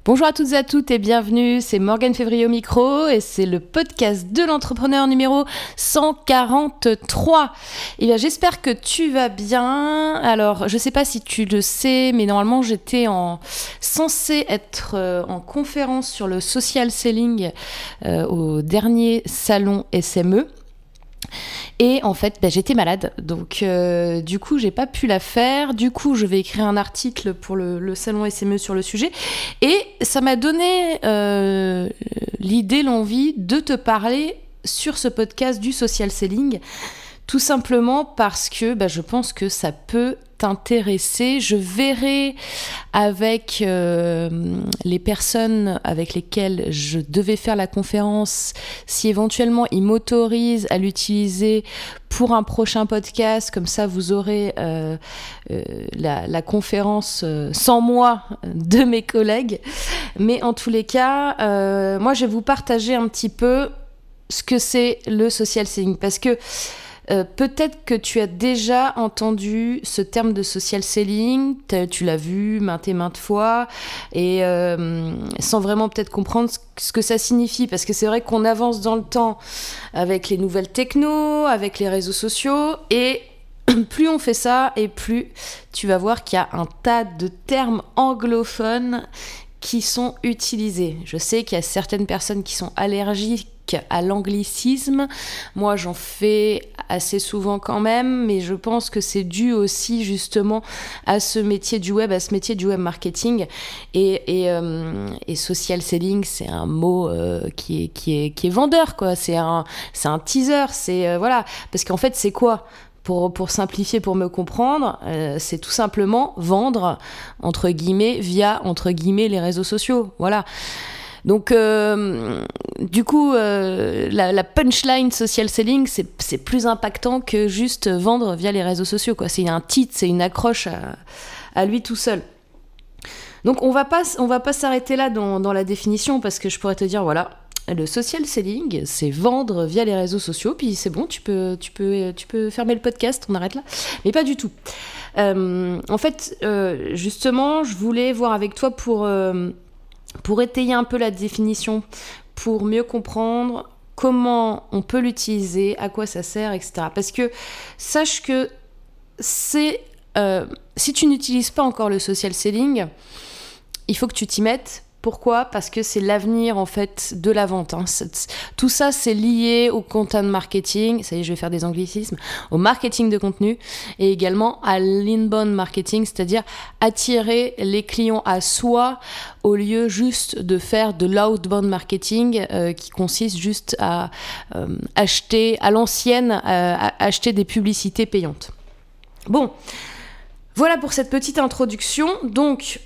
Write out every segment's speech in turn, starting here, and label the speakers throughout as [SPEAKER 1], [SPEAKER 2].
[SPEAKER 1] Bonjour à toutes et à toutes et bienvenue, c'est Morgane Février au micro et c'est le podcast de l'entrepreneur numéro 143. Et bien j'espère que tu vas bien. Alors je sais pas si tu le sais, mais normalement j'étais censée être en conférence sur le social selling au dernier salon SME. Et en fait, j'étais malade, donc du coup, j'ai pas pu la faire. Du coup, je vais écrire un article pour le salon SME sur le sujet. Et ça m'a donné l'idée, l'envie de te parler sur ce podcast du social selling. Tout simplement parce que je pense que ça peut t'intéresser. Je verrai avec les personnes avec lesquelles je devais faire la conférence si éventuellement ils m'autorisent à l'utiliser pour un prochain podcast. Comme ça, vous aurez la conférence sans moi de mes collègues. Mais en tous les cas, moi, je vais vous partager un petit peu ce que c'est le social selling. Parce que peut-être que tu as déjà entendu ce terme de social selling, tu l'as vu maintes et maintes fois, et sans vraiment peut-être comprendre ce que ça signifie, parce que c'est vrai qu'on avance dans le temps avec les nouvelles technos, avec les réseaux sociaux, et plus on fait ça, et plus tu vas voir qu'il y a un tas de termes anglophones qui sont utilisés. Je sais qu'il y a certaines personnes qui sont allergiques à l'anglicisme. Moi, j'en fais assez souvent quand même, mais je pense que c'est dû aussi justement à ce métier du web, à ce métier du web marketing. Et social selling, c'est un mot qui est vendeur, quoi. C'est un teaser. Voilà. Parce qu'en fait, c'est quoi ? Pour simplifier, pour me comprendre, c'est tout simplement vendre, entre guillemets, via, entre guillemets, les réseaux sociaux. Voilà. Donc, du coup, la punchline social selling, c'est plus impactant que juste vendre via les réseaux sociaux, quoi. C'est un titre, c'est une accroche à lui tout seul. Donc, on va pas s'arrêter là dans la définition, parce que je pourrais te dire, voilà, le social selling, c'est vendre via les réseaux sociaux, puis c'est bon, tu peux fermer le podcast, on arrête là. Mais pas du tout. En fait, justement, je voulais voir avec toi pour étayer un peu la définition, pour mieux comprendre comment on peut l'utiliser, à quoi ça sert, etc. Parce que sache que si tu n'utilises pas encore le social selling, il faut que tu t'y mettes. Pourquoi ? Parce que c'est l'avenir en fait de la vente. Tout ça, c'est lié au content marketing. Ça y est, je vais faire des anglicismes. Au marketing de contenu et également à l'inbound marketing, c'est-à-dire attirer les clients à soi au lieu juste de faire de l'outbound marketing qui consiste juste à acheter à l'ancienne, à acheter des publicités payantes. Bon, voilà pour cette petite introduction. Donc,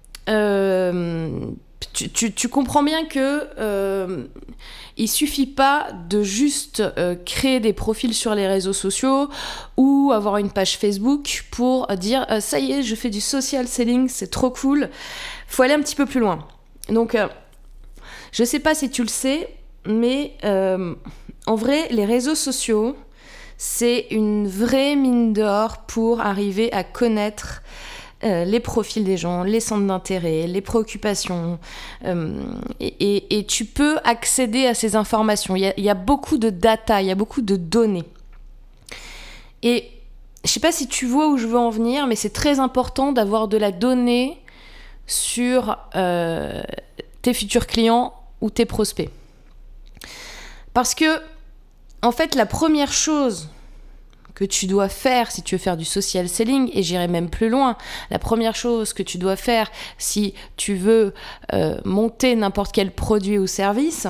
[SPEAKER 1] tu comprends bien que il suffit pas de juste créer des profils sur les réseaux sociaux ou avoir une page Facebook pour dire ça y est, je fais du social selling, c'est trop cool. Faut aller un petit peu plus loin. Donc je sais pas si tu le sais, mais en vrai, les réseaux sociaux, c'est une vraie mine d'or pour arriver à connaître les profils des gens, les centres d'intérêt, les préoccupations, et tu peux accéder à ces informations. Il y a beaucoup de data, il y a beaucoup de données. Et je sais pas si tu vois où je veux en venir, mais c'est très important d'avoir de la donnée sur tes futurs clients ou tes prospects. Parce que, en fait, la première chose que tu dois faire si tu veux faire du social selling, et j'irai même plus loin, la première chose que tu dois faire si tu veux monter n'importe quel produit ou service,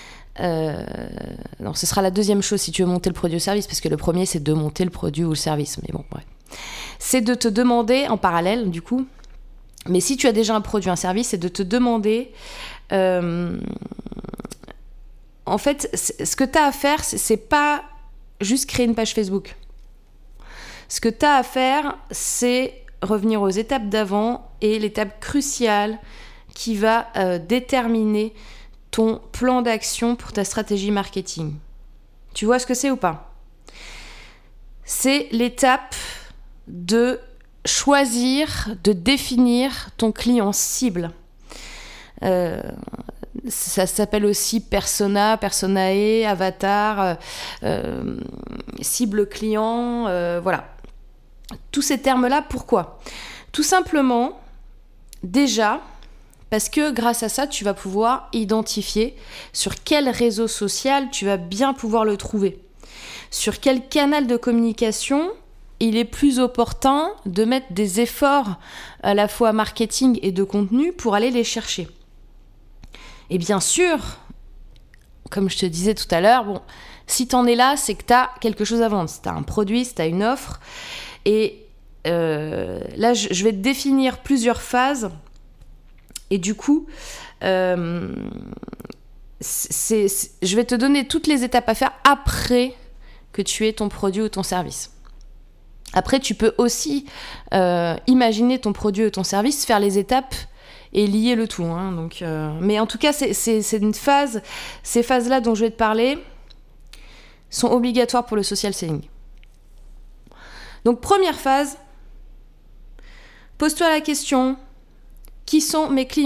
[SPEAKER 1] non, ce sera la deuxième chose si tu veux monter le produit ou service, parce que le premier c'est de monter le produit ou le service, mais bon, bref. C'est de te demander en parallèle, du coup, mais si tu as déjà un produit, un service, c'est de te demander en fait, ce que tu as à faire, c'est pas juste créer une page Facebook. Ce que tu as à faire, c'est revenir aux étapes d'avant et l'étape cruciale qui va déterminer ton plan d'action pour ta stratégie marketing. Tu vois ce que c'est ou pas ? C'est l'étape de choisir, de définir ton client cible. Ça s'appelle aussi persona, personae, avatar, cible client, voilà. Tous ces termes-là, pourquoi ? Tout simplement, déjà, parce que grâce à ça, tu vas pouvoir identifier sur quel réseau social tu vas bien pouvoir le trouver. Sur quel canal de communication il est plus opportun de mettre des efforts à la fois marketing et de contenu pour aller les chercher. Et bien sûr, comme je te disais tout à l'heure, bon, si t'en es là, c'est que t'as quelque chose à vendre. Si t'as un produit, si t'as une offre. Et là, je vais te définir plusieurs phases. Et du coup, je vais te donner toutes les étapes à faire après que tu aies ton produit ou ton service. Après, tu peux aussi imaginer ton produit ou ton service, faire les étapes et lier le tout. Hein. Donc, mais en tout cas, c'est une phase. Ces phases-là dont je vais te parler sont obligatoires pour le social selling. Donc, première phase, pose-toi la question, qui sont mes clients ?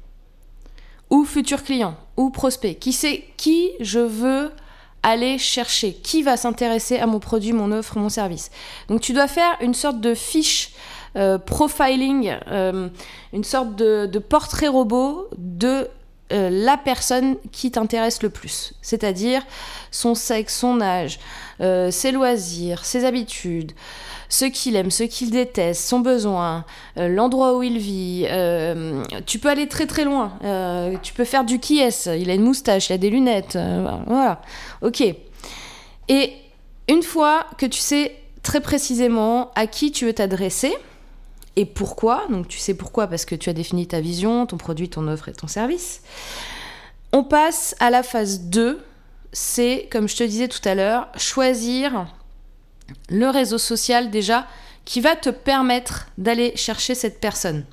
[SPEAKER 1] Ou futurs clients ? Ou prospects ? Qui je veux aller chercher ? Qui va s'intéresser à mon produit, mon offre, mon service ? Donc, tu dois faire une sorte de fiche profiling, une sorte de portrait robot de la personne qui t'intéresse le plus, c'est-à-dire son sexe, son âge, ses loisirs, ses habitudes, ce qu'il aime, ce qu'il déteste, son besoin, l'endroit où il vit. Tu peux aller très très loin. Tu peux faire du qui est-ce. Il a une moustache, il a des lunettes. Voilà. Ok. Et une fois que tu sais très précisément à qui tu veux t'adresser, et pourquoi, donc tu sais pourquoi parce que tu as défini ta vision, ton produit, ton offre et ton service. On passe à la phase 2, c'est, comme je te disais tout à l'heure, choisir le réseau social déjà qui va te permettre d'aller chercher cette personne.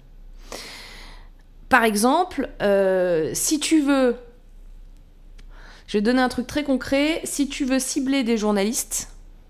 [SPEAKER 1] Par exemple, si tu veux, je vais te donner un truc très concret, si tu veux cibler des journalistes,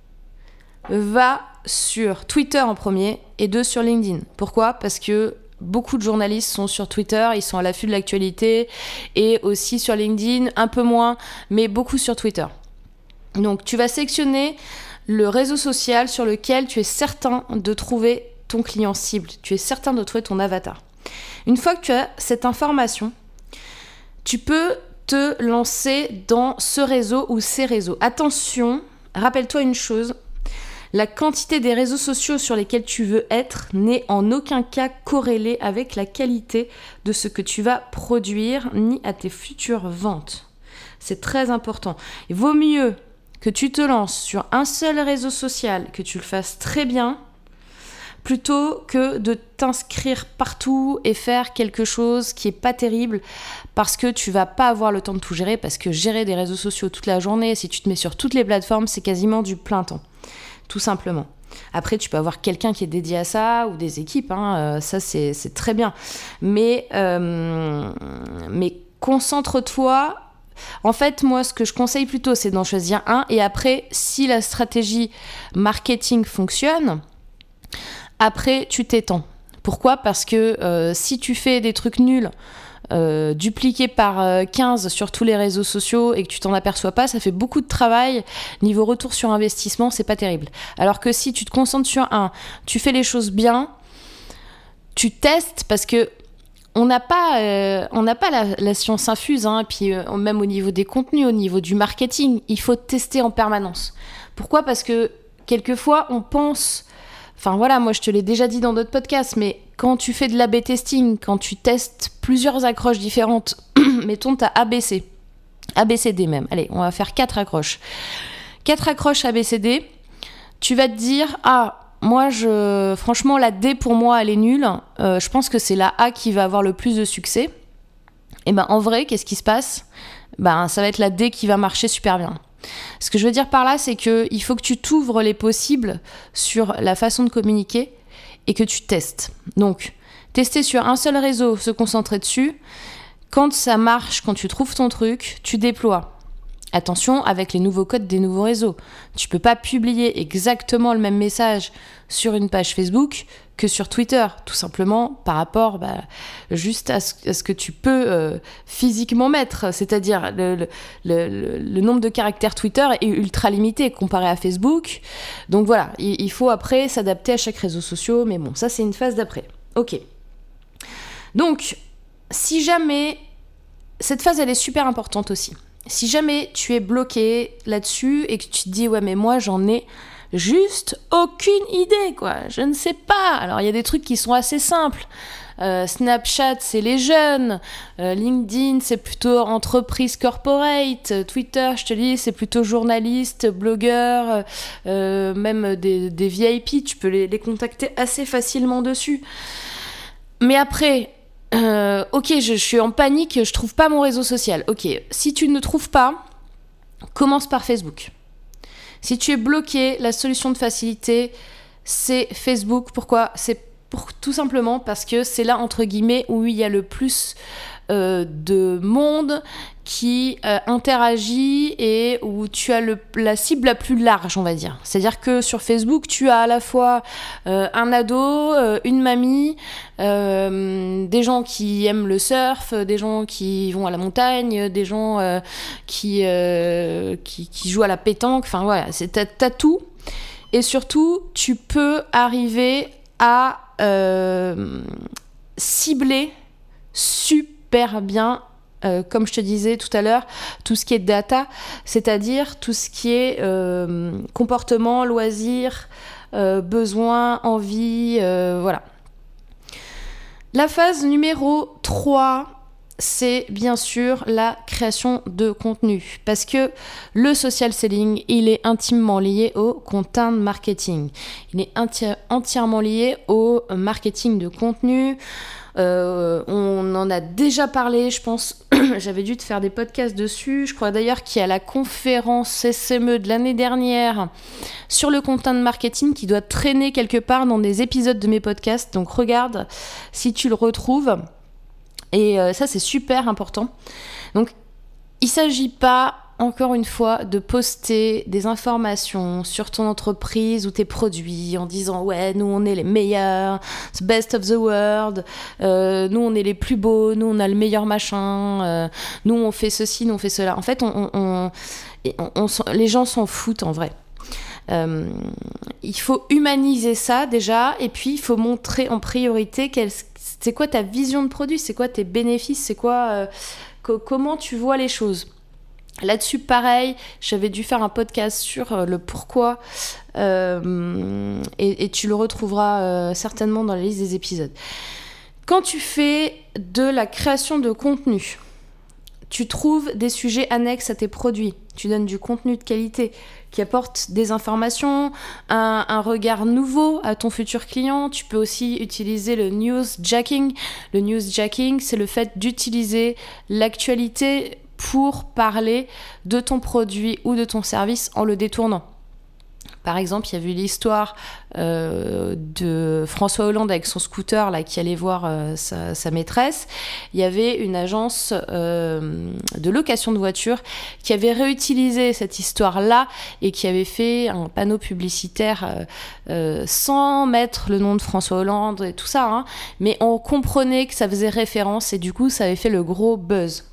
[SPEAKER 1] va sur Twitter en premier et 2 sur LinkedIn. Pourquoi ? Parce que beaucoup de journalistes sont sur Twitter, ils sont à l'affût de l'actualité et aussi sur LinkedIn, un peu moins, mais beaucoup sur Twitter. Donc tu vas sélectionner le réseau social sur lequel tu es certain de trouver ton client cible, tu es certain de trouver ton avatar. Une fois que tu as cette information, tu peux te lancer dans ce réseau ou ces réseaux. Attention, rappelle-toi une chose, la quantité des réseaux sociaux sur lesquels tu veux être n'est en aucun cas corrélée avec la qualité de ce que tu vas produire ni à tes futures ventes. C'est très important. Il vaut mieux que tu te lances sur un seul réseau social, que tu le fasses très bien, plutôt que de t'inscrire partout et faire quelque chose qui est pas terrible parce que tu vas pas avoir le temps de tout gérer, parce que gérer des réseaux sociaux toute la journée, si tu te mets sur toutes les plateformes, c'est quasiment du plein temps. Tout simplement. Après, tu peux avoir quelqu'un qui est dédié à ça ou des équipes, hein, ça c'est très bien. Mais concentre-toi. En fait, moi, ce que je conseille plutôt, c'est d'en choisir un. Et après, si la stratégie marketing fonctionne, après, tu t'étends. Pourquoi ? Parce que si tu fais des trucs nuls, dupliqué par 15 sur tous les réseaux sociaux et que tu t'en aperçois pas, ça fait beaucoup de travail. Niveau retour sur investissement, c'est pas terrible. Alors que si tu te concentres sur un, tu fais les choses bien, tu testes parce que on n'a pas la science infuse, hein, puis même au niveau des contenus, au niveau du marketing, il faut tester en permanence. Pourquoi ? Parce que quelquefois, on pense... Enfin voilà, moi je te l'ai déjà dit dans d'autres podcasts, mais quand tu fais de l'A/B testing, quand tu testes plusieurs accroches différentes, mettons t'as ABC, ABCD même, allez, on va faire 4 accroches. 4 accroches ABCD, tu vas te dire, moi franchement la D pour moi elle est nulle, je pense que c'est la A qui va avoir le plus de succès. Et ben en vrai, qu'est-ce qui se passe ? Ben ça va être la D qui va marcher super bien. Ce que je veux dire par là, c'est qu'il faut que tu t'ouvres les possibles sur la façon de communiquer et que tu testes. Donc, tester sur un seul réseau, se concentrer dessus. Quand ça marche, quand tu trouves ton truc, tu déploies. Attention avec les nouveaux codes des nouveaux réseaux. Tu peux pas publier exactement le même message sur une page Facebook que sur Twitter, tout simplement par rapport juste à ce que tu peux physiquement mettre. C'est-à-dire le nombre de caractères Twitter est ultra limité comparé à Facebook. Donc voilà, il faut après s'adapter à chaque réseau social, mais bon, ça c'est une phase d'après. Ok. Donc, si jamais... Cette phase, elle est super importante aussi. Si jamais tu es bloqué là-dessus et que tu te dis « Ouais, mais moi, j'en ai juste aucune idée, quoi. Je ne sais pas. » Alors, il y a des trucs qui sont assez simples. Snapchat, c'est les jeunes. LinkedIn, c'est plutôt entreprise corporate. Twitter, je te dis, c'est plutôt journaliste, blogueur, même des VIP. Tu peux les contacter assez facilement dessus. Mais après... ok, je suis en panique, je trouve pas mon réseau social. Ok, si tu ne trouves pas, commence par Facebook. Si tu es bloqué, la solution de facilité, c'est Facebook. Pourquoi ? C'est tout simplement parce que c'est là, entre guillemets, où il y a le plus de monde qui interagit et où tu as la cible la plus large, on va dire. C'est-à-dire que sur Facebook, tu as à la fois un ado, une mamie, des gens qui aiment le surf, des gens qui vont à la montagne, des gens qui jouent à la pétanque. Enfin voilà, t'as tout. Et surtout, tu peux arriver à cibler super bien, comme je te disais tout à l'heure, tout ce qui est data, c'est-à-dire tout ce qui est comportement, loisirs, besoins, envie, voilà. La phase numéro 3, c'est bien sûr la création de contenu. Parce que le social selling, il est intimement lié au content marketing. Il est entièrement lié au marketing de contenu. On en a déjà parlé, je pense. J'avais dû te faire des podcasts dessus. Je crois d'ailleurs qu'il y a la conférence SME de l'année dernière sur le content marketing qui doit traîner quelque part dans des épisodes de mes podcasts. Donc regarde si tu le retrouves. Et ça, c'est super important. Donc, il ne s'agit pas, encore une fois, de poster des informations sur ton entreprise ou tes produits en disant « Ouais, nous, on est les meilleurs, the best of the world, nous, on est les plus beaux, nous, on a le meilleur machin, nous, on fait ceci, nous, on fait cela. » En fait, les gens s'en foutent, en vrai. Il faut humaniser ça, déjà, et puis il faut montrer en priorité c'est quoi ta vision de produit, c'est quoi tes bénéfices, c'est quoi comment tu vois les choses. Là-dessus, pareil, j'avais dû faire un podcast sur le pourquoi et tu le retrouveras certainement dans la liste des épisodes. Quand tu fais de la création de contenu, tu trouves des sujets annexes à tes produits, tu donnes du contenu de qualité qui apporte des informations, un regard nouveau à ton futur client. Tu peux aussi utiliser le newsjacking. Le newsjacking, c'est le fait d'utiliser l'actualité pour parler de ton produit ou de ton service en le détournant. Par exemple, il y a eu l'histoire de François Hollande avec son scooter là, qui allait voir sa maîtresse. Il y avait une agence de location de voitures qui avait réutilisé cette histoire-là et qui avait fait un panneau publicitaire sans mettre le nom de François Hollande et tout ça, hein, mais on comprenait que ça faisait référence et du coup, ça avait fait le gros buzz.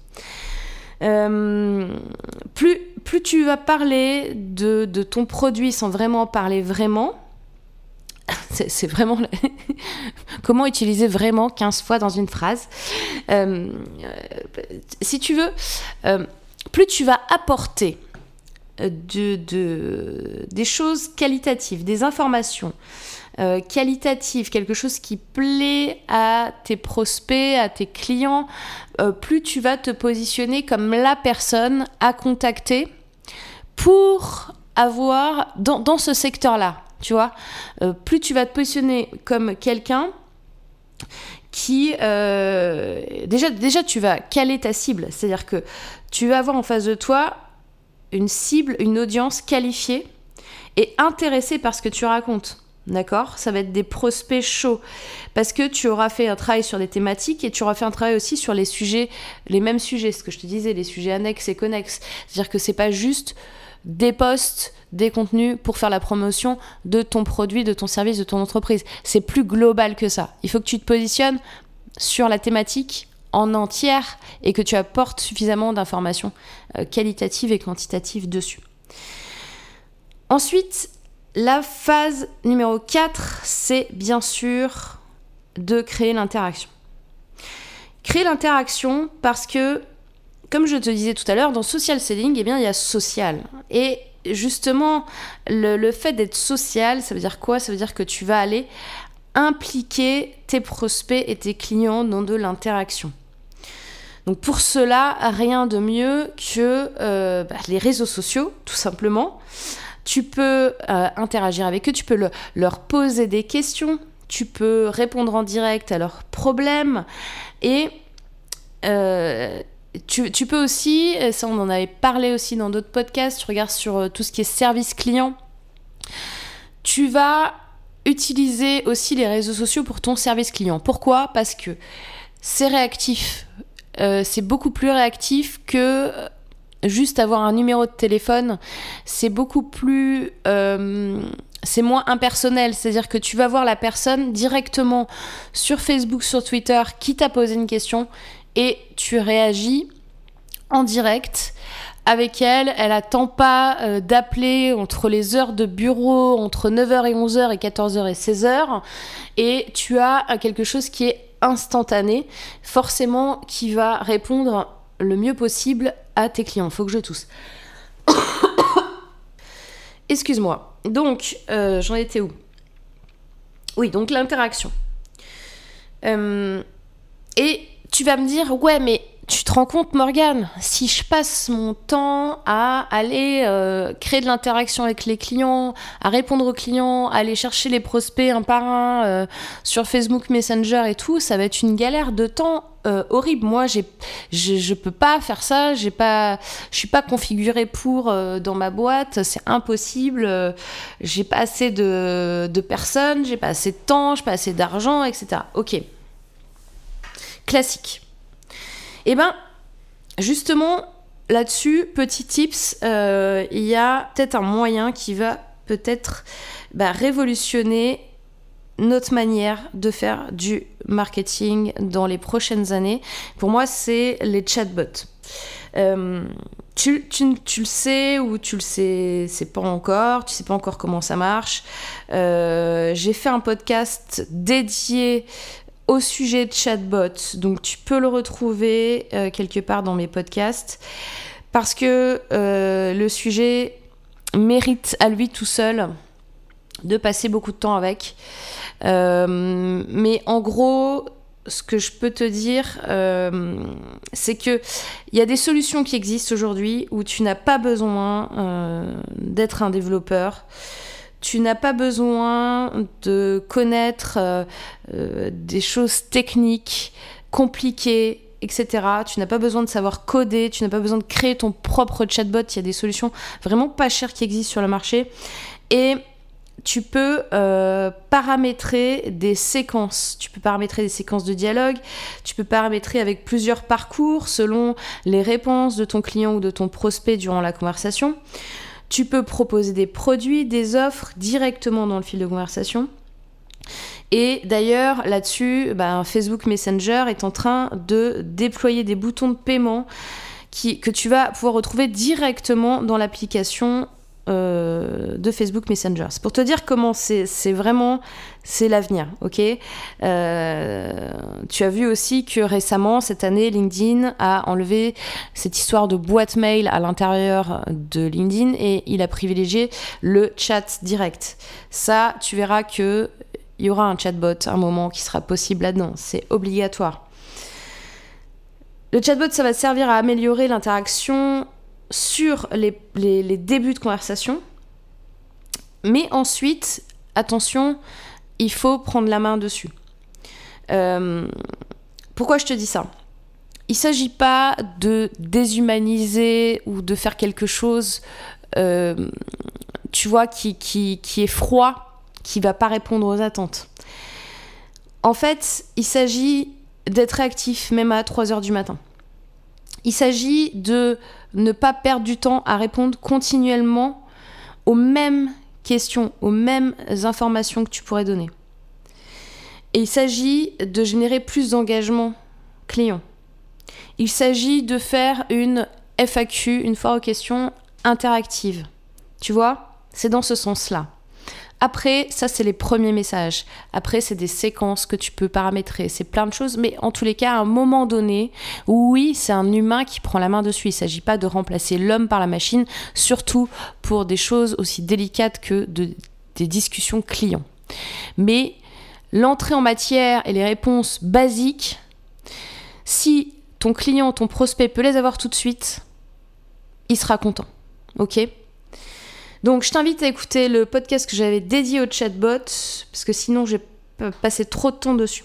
[SPEAKER 1] Plus tu vas parler de ton produit sans vraiment parler vraiment, c'est vraiment comment utiliser vraiment 15 fois dans une phrase, si tu veux, plus tu vas apporter des choses qualitatives, des informations qualitatives, quelque chose qui plaît à tes prospects, à tes clients, plus tu vas te positionner comme la personne à contacter pour avoir dans ce secteur-là, tu vois, plus tu vas te positionner comme quelqu'un qui déjà tu vas caler ta cible, c'est-à-dire que tu vas avoir en face de toi une cible, une audience qualifiée et intéressée par ce que tu racontes. D'accord ? Ça va être des prospects chauds parce que tu auras fait un travail sur des thématiques et tu auras fait un travail aussi sur les sujets, les mêmes sujets, ce que je te disais, les sujets annexes et connexes. C'est-à-dire que c'est pas juste des posts, des contenus pour faire la promotion de ton produit, de ton service, de ton entreprise. C'est plus global que ça. Il faut que tu te positionnes sur la thématique en entière et que tu apportes suffisamment d'informations qualitatives et quantitatives dessus. Ensuite, la phase numéro 4, c'est bien sûr de créer l'interaction. Créer l'interaction parce que, comme je te disais tout à l'heure, dans social selling, eh bien, il y a social. Et justement, le fait d'être social, ça veut dire quoi ? Ça veut dire que tu vas aller impliquer tes prospects et tes clients dans de l'interaction. Donc pour cela, rien de mieux que les réseaux sociaux, tout simplement. Tu peux interagir avec eux, tu peux leur poser des questions, tu peux répondre en direct à leurs problèmes et tu peux aussi, ça on en avait parlé aussi dans d'autres podcasts, tu regardes sur tout ce qui est service client, tu vas utiliser aussi les réseaux sociaux pour ton service client. Pourquoi ? Parce que c'est réactif, c'est beaucoup plus réactif que juste avoir un numéro de téléphone. C'est beaucoup plus... c'est moins impersonnel, c'est-à-dire que tu vas voir la personne directement sur Facebook, sur Twitter, qui t'a posé une question et tu réagis en direct avec elle. Elle n'attend pas d'appeler entre les heures de bureau, entre 9h et 11h et 14h et 16h, et tu as quelque chose qui est instantané, forcément qui va répondre le mieux possible à tes clients. Faut que je tousse. Excuse-moi. Donc, j'en étais où ? Oui, donc l'interaction. Et tu vas me dire, ouais, mais tu te rends compte, Morgane, si je passe mon temps à aller créer de l'interaction avec les clients, à répondre aux clients, à aller chercher les prospects un par un sur Facebook Messenger et tout, ça va être une galère de temps horrible. Moi, je peux pas faire ça, je suis pas configurée pour dans ma boîte, c'est impossible, j'ai pas assez de personnes, j'ai pas assez de temps, j'ai pas assez d'argent, etc. Ok. Classique. Et ben, justement, là-dessus, petit tips, il y a peut-être un moyen qui va peut-être révolutionner notre manière de faire du marketing dans les prochaines années. Pour moi, c'est les chatbots. Tu le sais ou tu le sais pas encore, tu sais pas encore comment ça marche. J'ai fait un podcast dédié au sujet de chatbot, donc tu peux le retrouver quelque part dans mes podcasts, parce que le sujet mérite à lui tout seul de passer beaucoup de temps avec. Mais en gros, ce que je peux te dire, c'est que il y a des solutions qui existent aujourd'hui où tu n'as pas besoin d'être un développeur. Tu n'as pas besoin de connaître des choses techniques, compliquées, etc. Tu n'as pas besoin de savoir coder, tu n'as pas besoin de créer ton propre chatbot. Il y a des solutions vraiment pas chères qui existent sur le marché. Et tu peux paramétrer des séquences. Tu peux paramétrer des séquences de dialogue. Tu peux paramétrer avec plusieurs parcours selon les réponses de ton client ou de ton prospect durant la conversation. Tu peux proposer des produits, des offres directement dans le fil de conversation. Et d'ailleurs, là-dessus, Facebook Messenger est en train de déployer des boutons de paiement que tu vas pouvoir retrouver directement dans l'application de Facebook Messenger. C'est pour te dire comment c'est l'avenir, ok ? Tu as vu aussi que récemment, cette année, LinkedIn a enlevé cette histoire de boîte mail à l'intérieur de LinkedIn et il a privilégié le chat direct. Ça, tu verras qu'il y aura un chatbot à un moment qui sera possible là-dedans. C'est obligatoire. Le chatbot, ça va servir à améliorer l'interaction sur les débuts de conversation. Mais ensuite, attention, il faut prendre la main dessus. Pourquoi je te dis ça ? Il ne s'agit pas de déshumaniser ou de faire quelque chose, tu vois, qui est froid, qui va pas répondre aux attentes. En fait, il s'agit d'être réactif, même à 3h du matin. Il s'agit de ne pas perdre du temps à répondre continuellement aux mêmes questions, aux mêmes informations que tu pourrais donner. Et il s'agit de générer plus d'engagement client. Il s'agit de faire une FAQ, une foire aux questions interactive. Tu vois ? C'est dans ce sens-là. Après, ça, c'est les premiers messages. Après, c'est des séquences que tu peux paramétrer. C'est plein de choses. Mais en tous les cas, à un moment donné, oui, c'est un humain qui prend la main dessus. Il ne s'agit pas de remplacer l'homme par la machine, surtout pour des choses aussi délicates que des discussions clients. Mais l'entrée en matière et les réponses basiques, si ton client, ton prospect peut les avoir tout de suite, il sera content. Ok ? Donc, je t'invite à écouter le podcast que j'avais dédié au chatbot, parce que sinon, j'ai passé trop de temps dessus.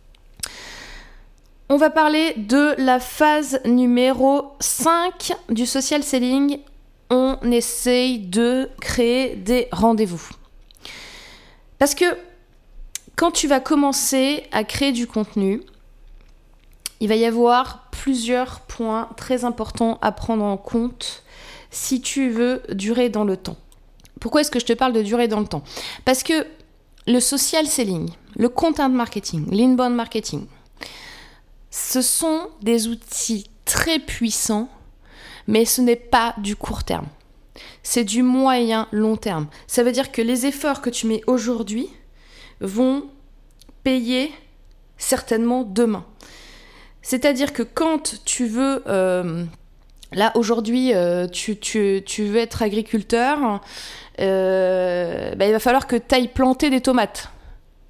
[SPEAKER 1] On va parler de la phase numéro 5 du social selling. On essaye de créer des rendez-vous. Parce que quand tu vas commencer à créer du contenu, il va y avoir plusieurs points très importants à prendre en compte si tu veux durer dans le temps. Pourquoi est-ce que je te parle de durer dans le temps ? Parce que le social selling, le content marketing, l'inbound marketing, ce sont des outils très puissants, mais ce n'est pas du court terme. C'est du moyen long terme. Ça veut dire que les efforts que tu mets aujourd'hui vont payer certainement demain. C'est-à-dire que quand tu veux... Là, aujourd'hui, tu veux être agriculteur, il va falloir que tu ailles planter des tomates. D'accord ?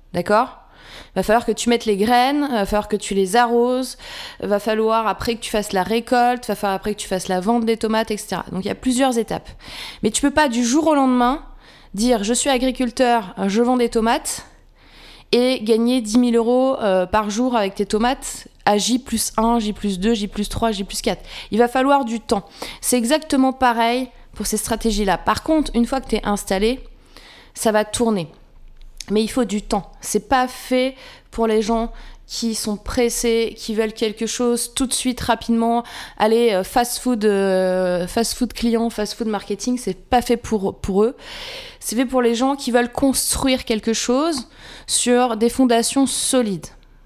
[SPEAKER 1] Il va falloir que tu mettes les graines, il va falloir que tu les arroses, il va falloir après que tu fasses la récolte, il va falloir après que tu fasses la vente des tomates, etc. Donc, il y a plusieurs étapes. Mais tu peux pas du jour au lendemain dire « je suis agriculteur, je vends des tomates » et gagner 10 000 euros par jour avec tes tomates à J+1, J+2, J+3, J+4. Il va falloir du temps. C'est exactement pareil pour ces stratégies-là. Par contre, une fois que tu es installé, ça va tourner. Mais il faut du temps. C'est pas fait pour les gens qui sont pressés, qui veulent quelque chose tout de suite, rapidement. Allez, fast-food client, fast-food marketing, c'est pas fait pour eux. C'est fait pour les gens qui veulent construire quelque chose sur des fondations solides. Ok ?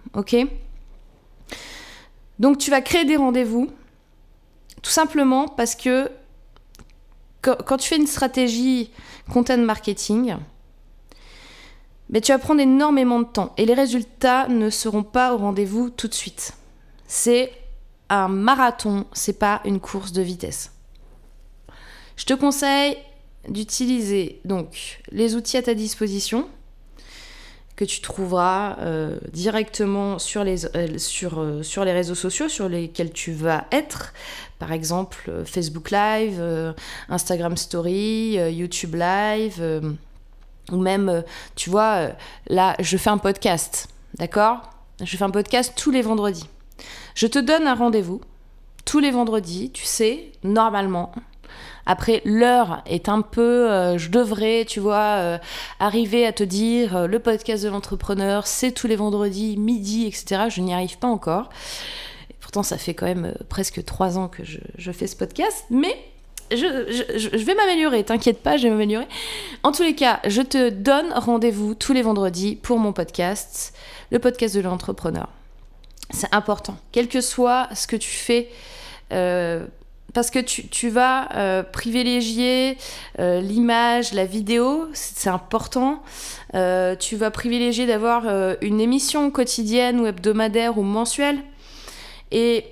[SPEAKER 1] Donc, tu vas créer des rendez-vous, tout simplement parce que quand tu fais une stratégie content marketing, tu vas prendre énormément de temps et les résultats ne seront pas au rendez-vous tout de suite. C'est un marathon, c'est pas une course de vitesse. Je te conseille d'utiliser donc les outils à ta disposition que tu trouveras directement sur les réseaux sociaux sur lesquels tu vas être. Par exemple, Facebook Live, Instagram Story, YouTube Live, ou même, tu vois, là, je fais un podcast, d'accord ? Je fais un podcast tous les vendredis. Je te donne un rendez-vous tous les vendredis, tu sais, normalement. Après, l'heure est un peu... je devrais, tu vois, arriver à te dire le podcast de l'entrepreneur, c'est tous les vendredis, midi, etc. Je n'y arrive pas encore. Et pourtant, ça fait quand même presque 3 ans que je fais ce podcast. Mais je vais m'améliorer, t'inquiète pas, je vais m'améliorer. En tous les cas, je te donne rendez-vous tous les vendredis pour mon podcast, le podcast de l'entrepreneur. C'est important. Quel que soit ce que tu fais... parce que tu vas privilégier l'image, la vidéo, c'est important. Tu vas privilégier d'avoir une émission quotidienne ou hebdomadaire ou mensuelle. Et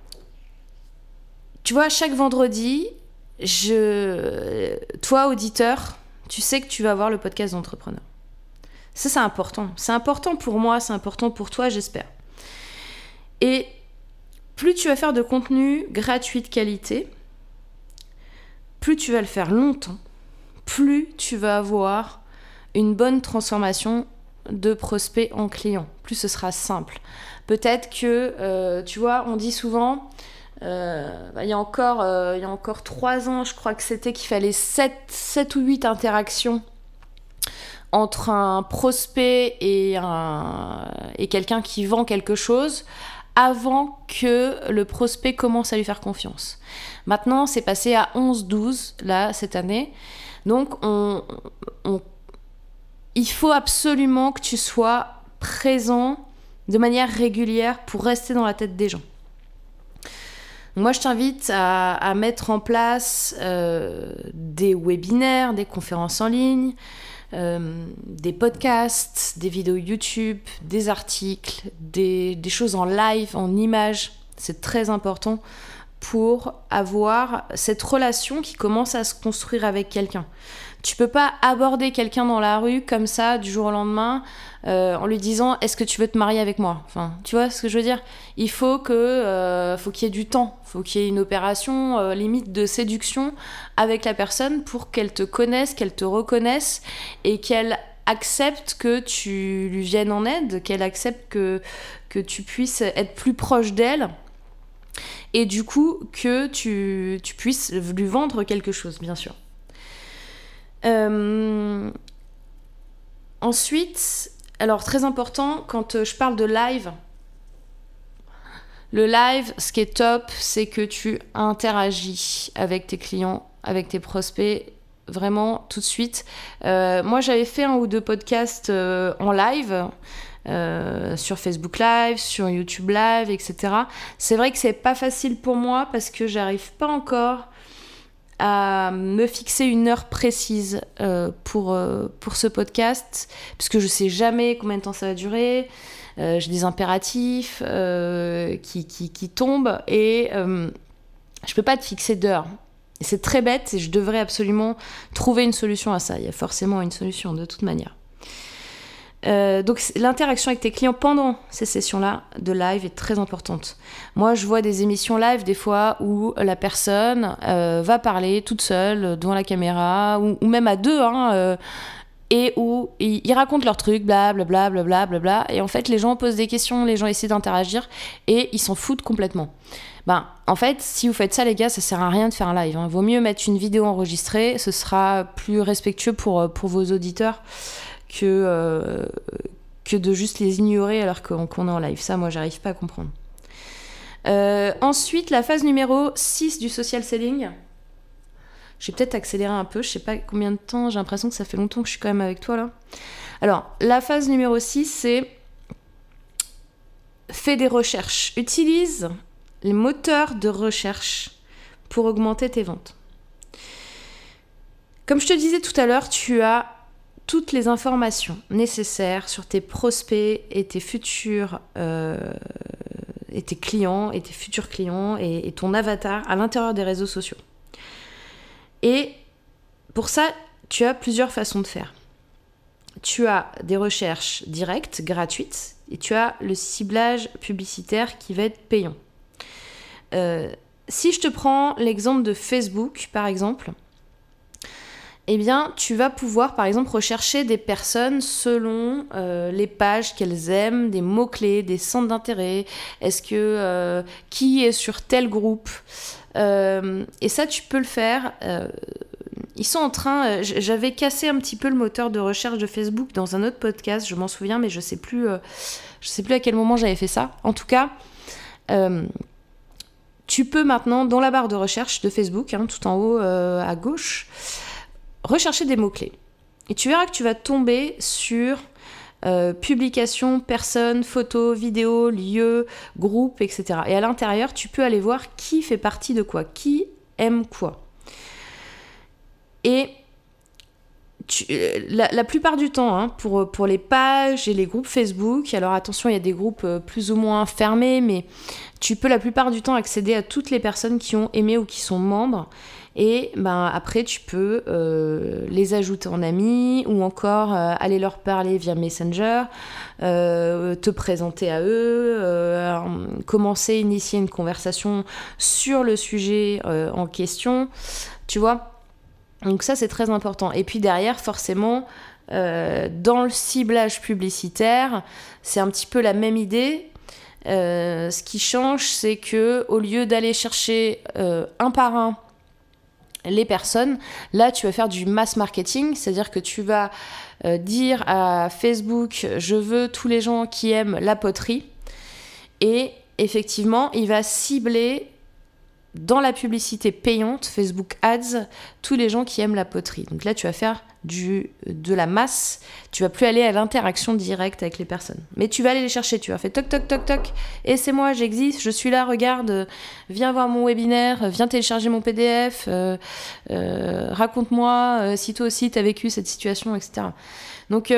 [SPEAKER 1] tu vois, chaque vendredi, toi, auditeur, tu sais que tu vas voir le podcast d'entrepreneur. Ça, c'est important. C'est important pour moi, c'est important pour toi, j'espère. Et plus tu vas faire de contenu gratuit de qualité, plus tu vas le faire longtemps, plus tu vas avoir une bonne transformation de prospect en client. Plus ce sera simple. Peut-être que, tu vois, on dit souvent, il y a encore 3 ans, je crois que c'était qu'il fallait 7 ou 8 interactions entre un prospect et quelqu'un qui vend quelque chose avant que le prospect commence à lui faire confiance. Maintenant, c'est passé à 11-12, là, cette année. Donc, il faut absolument que tu sois présent de manière régulière pour rester dans la tête des gens. Moi, je t'invite à mettre en place des webinaires, des conférences en ligne, des podcasts, des vidéos YouTube, des articles, des choses en live, en images. C'est très important pour avoir cette relation qui commence à se construire avec quelqu'un. Tu peux pas aborder quelqu'un dans la rue comme ça du jour au lendemain en lui disant est-ce que tu veux te marier avec moi, enfin tu vois ce que je veux dire. Il faut qu'il y ait du temps, faut qu'il y ait une opération limite de séduction avec la personne pour qu'elle te connaisse, qu'elle te reconnaisse et qu'elle accepte que tu lui viennes en aide, qu'elle accepte que tu puisses être plus proche d'elle et du coup que tu puisses lui vendre quelque chose, bien sûr. Ensuite, alors très important, quand je parle de live, le live, ce qui est top, c'est que tu interagis avec tes clients, avec tes prospects, vraiment tout de suite. Moi, j'avais fait 1 ou 2 podcasts en live, sur Facebook Live, sur YouTube Live, etc. C'est vrai que c'est pas facile pour moi parce que j'arrive pas encore à me fixer une heure précise pour ce podcast, puisque je sais jamais combien de temps ça va durer. J'ai des impératifs qui tombent et je peux pas te fixer d'heure. Et c'est très bête et je devrais absolument trouver une solution à ça. Il y a forcément une solution de toute manière. Donc l'interaction avec tes clients pendant ces sessions-là de live est très importante. Moi, je vois des émissions live des fois où la personne va parler toute seule devant la caméra ou même à deux, et où ils racontent leur truc, blablabla, blablabla, et en fait les gens posent des questions, les gens essaient d'interagir et ils s'en foutent complètement. En fait, si vous faites ça, les gars, ça sert à rien de faire un live. Vaut mieux mettre une vidéo enregistrée, ce sera plus respectueux pour vos auditeurs que de juste les ignorer alors qu'on est en live. Ça, moi, j'arrive pas à comprendre. Ensuite, la phase numéro 6 du social selling. Je vais peut-être accélérer un peu, je sais pas combien de temps, j'ai l'impression que ça fait longtemps que je suis quand même avec toi là. Alors, la phase numéro 6, c'est fais des recherches. Utilise les moteurs de recherche pour augmenter tes ventes. Comme je te disais tout à l'heure, tu as toutes les informations nécessaires sur tes prospects et tes futurs et tes clients et tes futurs clients et ton avatar à l'intérieur des réseaux sociaux. Et pour ça, tu as plusieurs façons de faire. Tu as des recherches directes, gratuites, et tu as le ciblage publicitaire qui va être payant. Si je te prends l'exemple de Facebook, par exemple, eh bien, tu vas pouvoir, par exemple, rechercher des personnes selon les pages qu'elles aiment, des mots-clés, des centres d'intérêt. Est-ce que qui est sur tel groupe et ça, tu peux le faire. Ils sont en train... j'avais cassé un petit peu le moteur de recherche de Facebook dans un autre podcast, je m'en souviens, mais je sais plus à quel moment j'avais fait ça. En tout cas, tu peux maintenant, dans la barre de recherche de Facebook, tout en haut à gauche, rechercher des mots-clés. Et tu verras que tu vas tomber sur publications, personnes, photos, vidéos, lieux, groupes, etc. Et à l'intérieur, tu peux aller voir qui fait partie de quoi, qui aime quoi. Et la plupart du temps, pour les pages et les groupes Facebook, alors attention, il y a des groupes plus ou moins fermés, mais tu peux la plupart du temps accéder à toutes les personnes qui ont aimé ou qui sont membres. Et après, tu peux les ajouter en amis ou encore aller leur parler via Messenger, te présenter à eux, commencer à initier une conversation sur le sujet en question, tu vois. Donc ça, c'est très important. Et puis derrière, forcément, dans le ciblage publicitaire, c'est un petit peu la même idée. Ce qui change, c'est que au lieu d'aller chercher un par un les personnes. Là, tu vas faire du mass marketing, c'est-à-dire que tu vas dire à Facebook, je veux tous les gens qui aiment la poterie. Et effectivement, il va cibler dans la publicité payante, Facebook Ads, tous les gens qui aiment la poterie. Donc là, tu vas faire de la masse. Tu vas plus aller à l'interaction directe avec les personnes. Mais tu vas aller les chercher. Tu vas faire toc, toc, toc, toc. Et c'est moi, j'existe, je suis là, regarde, viens voir mon webinaire, viens télécharger mon PDF, raconte-moi si toi aussi tu as vécu cette situation, etc. Donc,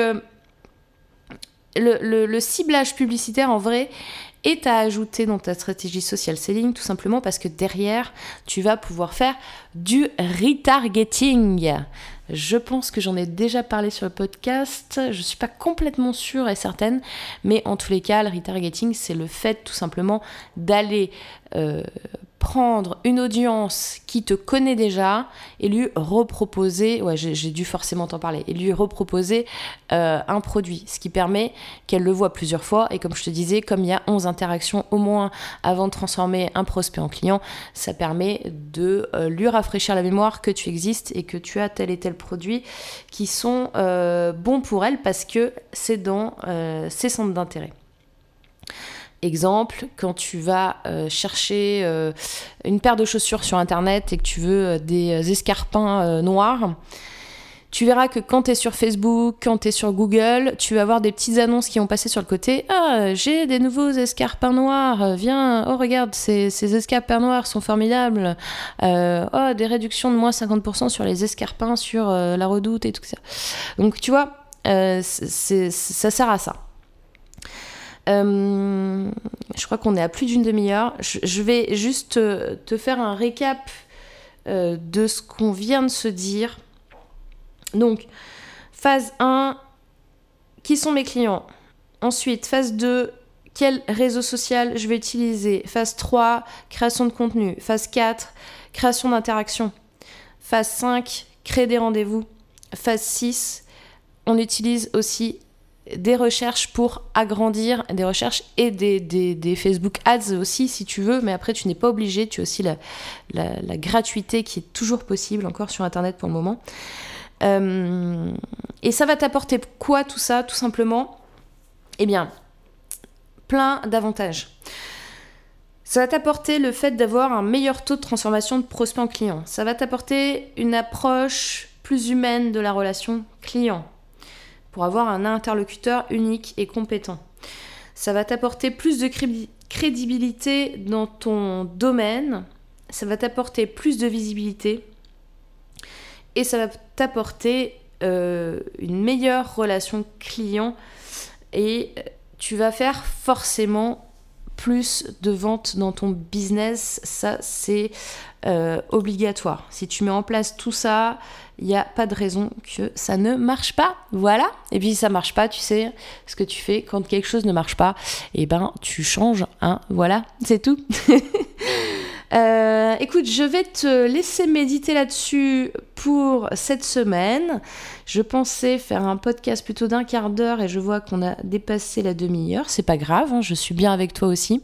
[SPEAKER 1] le ciblage publicitaire, en vrai, est à ajouter dans ta stratégie social selling, tout simplement parce que derrière, tu vas pouvoir faire du retargeting. Je pense que j'en ai déjà parlé sur le podcast, je ne suis pas complètement sûre et certaine, mais en tous les cas, le retargeting, c'est le fait tout simplement d'aller prendre une audience qui te connaît déjà et lui reproposer, j'ai dû forcément t'en parler, et lui reproposer un produit, ce qui permet qu'elle le voit plusieurs fois, et comme je te disais, comme il y a 11 interactions au moins avant de transformer un prospect en client, ça permet de lui rafraîchir la mémoire que tu existes et que tu as tel et tel produit qui sont bons pour elle parce que c'est dans ses centres d'intérêt. Exemple, quand tu vas chercher une paire de chaussures sur internet et que tu veux des escarpins noirs, tu verras que quand tu es sur Facebook, quand tu es sur Google, tu vas avoir des petites annonces qui vont passer sur le côté. Ah, j'ai des nouveaux escarpins noirs, viens, oh regarde, ces escarpins noirs sont formidables. Des réductions de moins 50% sur les escarpins sur la Redoute et tout ça. Donc tu vois, ça sert à ça. Je crois qu'on est à plus d'une demi-heure. Je vais juste te faire un récap de ce qu'on vient de se dire. Donc, phase 1, qui sont mes clients ? Ensuite, phase 2, quel réseau social je vais utiliser ? Phase 3, création de contenu. Phase 4, création d'interaction. Phase 5, créer des rendez-vous. Phase 6, on utilise aussi des recherches pour agrandir, des recherches et des Facebook Ads aussi si tu veux, mais après tu n'es pas obligé, tu as aussi la gratuité qui est toujours possible encore sur internet pour le moment. Et ça va t'apporter quoi tout ça, tout simplement ? Eh bien, plein d'avantages. Ça va t'apporter le fait d'avoir un meilleur taux de transformation de prospect en client. Ça va t'apporter une approche plus humaine de la relation client, pour avoir un interlocuteur unique et compétent. Ça va t'apporter plus de crédibilité dans ton domaine, ça va t'apporter plus de visibilité et ça va t'apporter une meilleure relation client et tu vas faire forcément plus de ventes dans ton business, ça c'est obligatoire. Si tu mets en place tout ça, il n'y a pas de raison que ça ne marche pas. Voilà. Et puis si ça ne marche pas, tu sais ce que tu fais quand quelque chose ne marche pas. Eh ben, tu changes. Hein. Voilà, c'est tout. Écoute, je vais te laisser méditer là-dessus pour cette semaine. Je pensais faire un podcast plutôt d'1 quart d'heure et je vois qu'on a dépassé la demi-heure. C'est pas grave, hein, je suis bien avec toi aussi.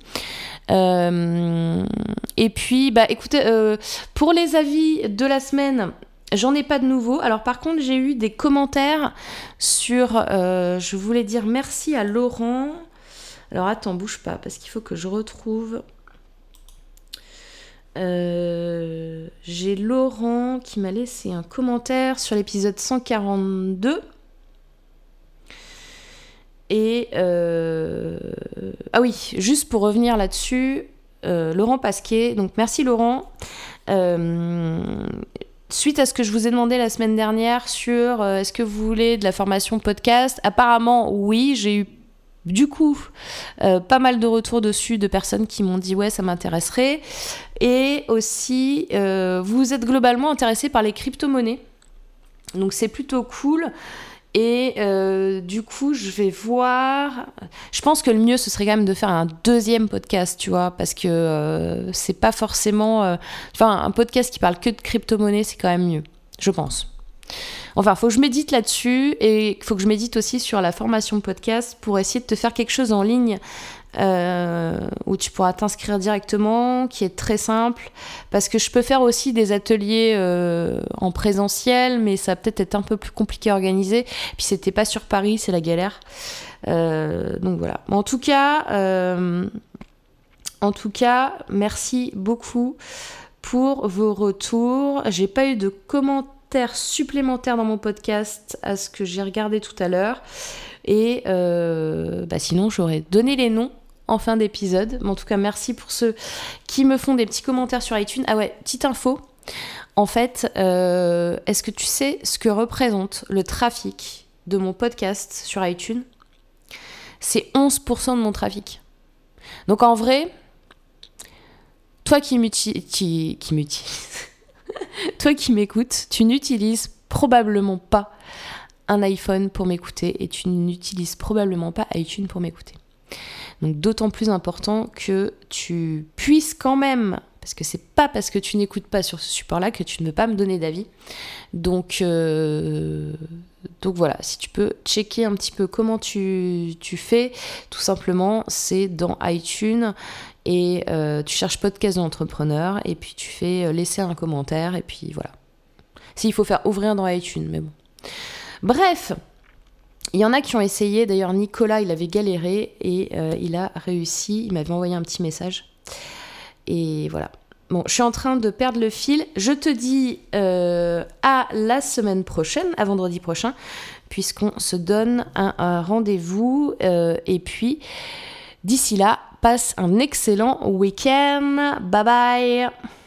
[SPEAKER 1] Et puis, écoutez, pour les avis de la semaine, j'en ai pas de nouveau. Alors par contre, j'ai eu des commentaires sur... je voulais dire merci à Laurent. Alors attends, bouge pas, parce qu'il faut que je retrouve... j'ai Laurent qui m'a laissé un commentaire sur l'épisode 142. Et... Ah oui, juste pour revenir là-dessus, Laurent Pasquet. Donc merci Laurent. Suite à ce que je vous ai demandé la semaine dernière sur est-ce que vous voulez de la formation podcast, apparemment oui, j'ai eu du coup pas mal de retours dessus de personnes qui m'ont dit ouais ça m'intéresserait, et aussi vous êtes globalement intéressés par les crypto-monnaies, donc c'est plutôt cool. Et du coup, je vais voir... Je pense que le mieux, ce serait quand même de faire un deuxième podcast, tu vois, parce que c'est pas forcément... un podcast qui parle que de crypto-monnaie, c'est quand même mieux, je pense. Enfin, il faut que je médite là-dessus, et il faut que je médite aussi sur la formation podcast pour essayer de te faire quelque chose en ligne où tu pourras t'inscrire directement, qui est très simple, parce que je peux faire aussi des ateliers en présentiel, mais ça va peut-être être un peu plus compliqué à organiser. Puis c'était pas sur Paris, c'est la galère. Donc voilà. En tout cas, merci beaucoup pour vos retours. J'ai pas eu de commentaires supplémentaires dans mon podcast à ce que j'ai regardé tout à l'heure. Et sinon, j'aurais donné les noms en fin d'épisode. Mais en tout cas, merci pour ceux qui me font des petits commentaires sur iTunes. Ah ouais, petite info. En fait, est-ce que tu sais ce que représente le trafic de mon podcast sur iTunes ? C'est 11% de mon trafic. Donc en vrai, toi qui m'utilises, toi qui m'écoutes, tu n'utilises probablement pas un iPhone pour m'écouter et tu n'utilises probablement pas iTunes pour m'écouter. Donc d'autant plus important que tu puisses quand même, parce que c'est pas parce que tu n'écoutes pas sur ce support-là que tu ne veux pas me donner d'avis. Donc voilà, si tu peux checker un petit peu comment tu fais, tout simplement, c'est dans iTunes et tu cherches podcast d'entrepreneur et puis tu fais laisser un commentaire et puis voilà. S'il faut faire ouvrir dans iTunes, mais bon. Bref, il y en a qui ont essayé, d'ailleurs Nicolas il avait galéré et il a réussi, il m'avait envoyé un petit message et voilà. Bon, je suis en train de perdre le fil, je te dis à la semaine prochaine, à vendredi prochain, puisqu'on se donne un rendez-vous et puis d'ici là, passe un excellent week-end, bye bye.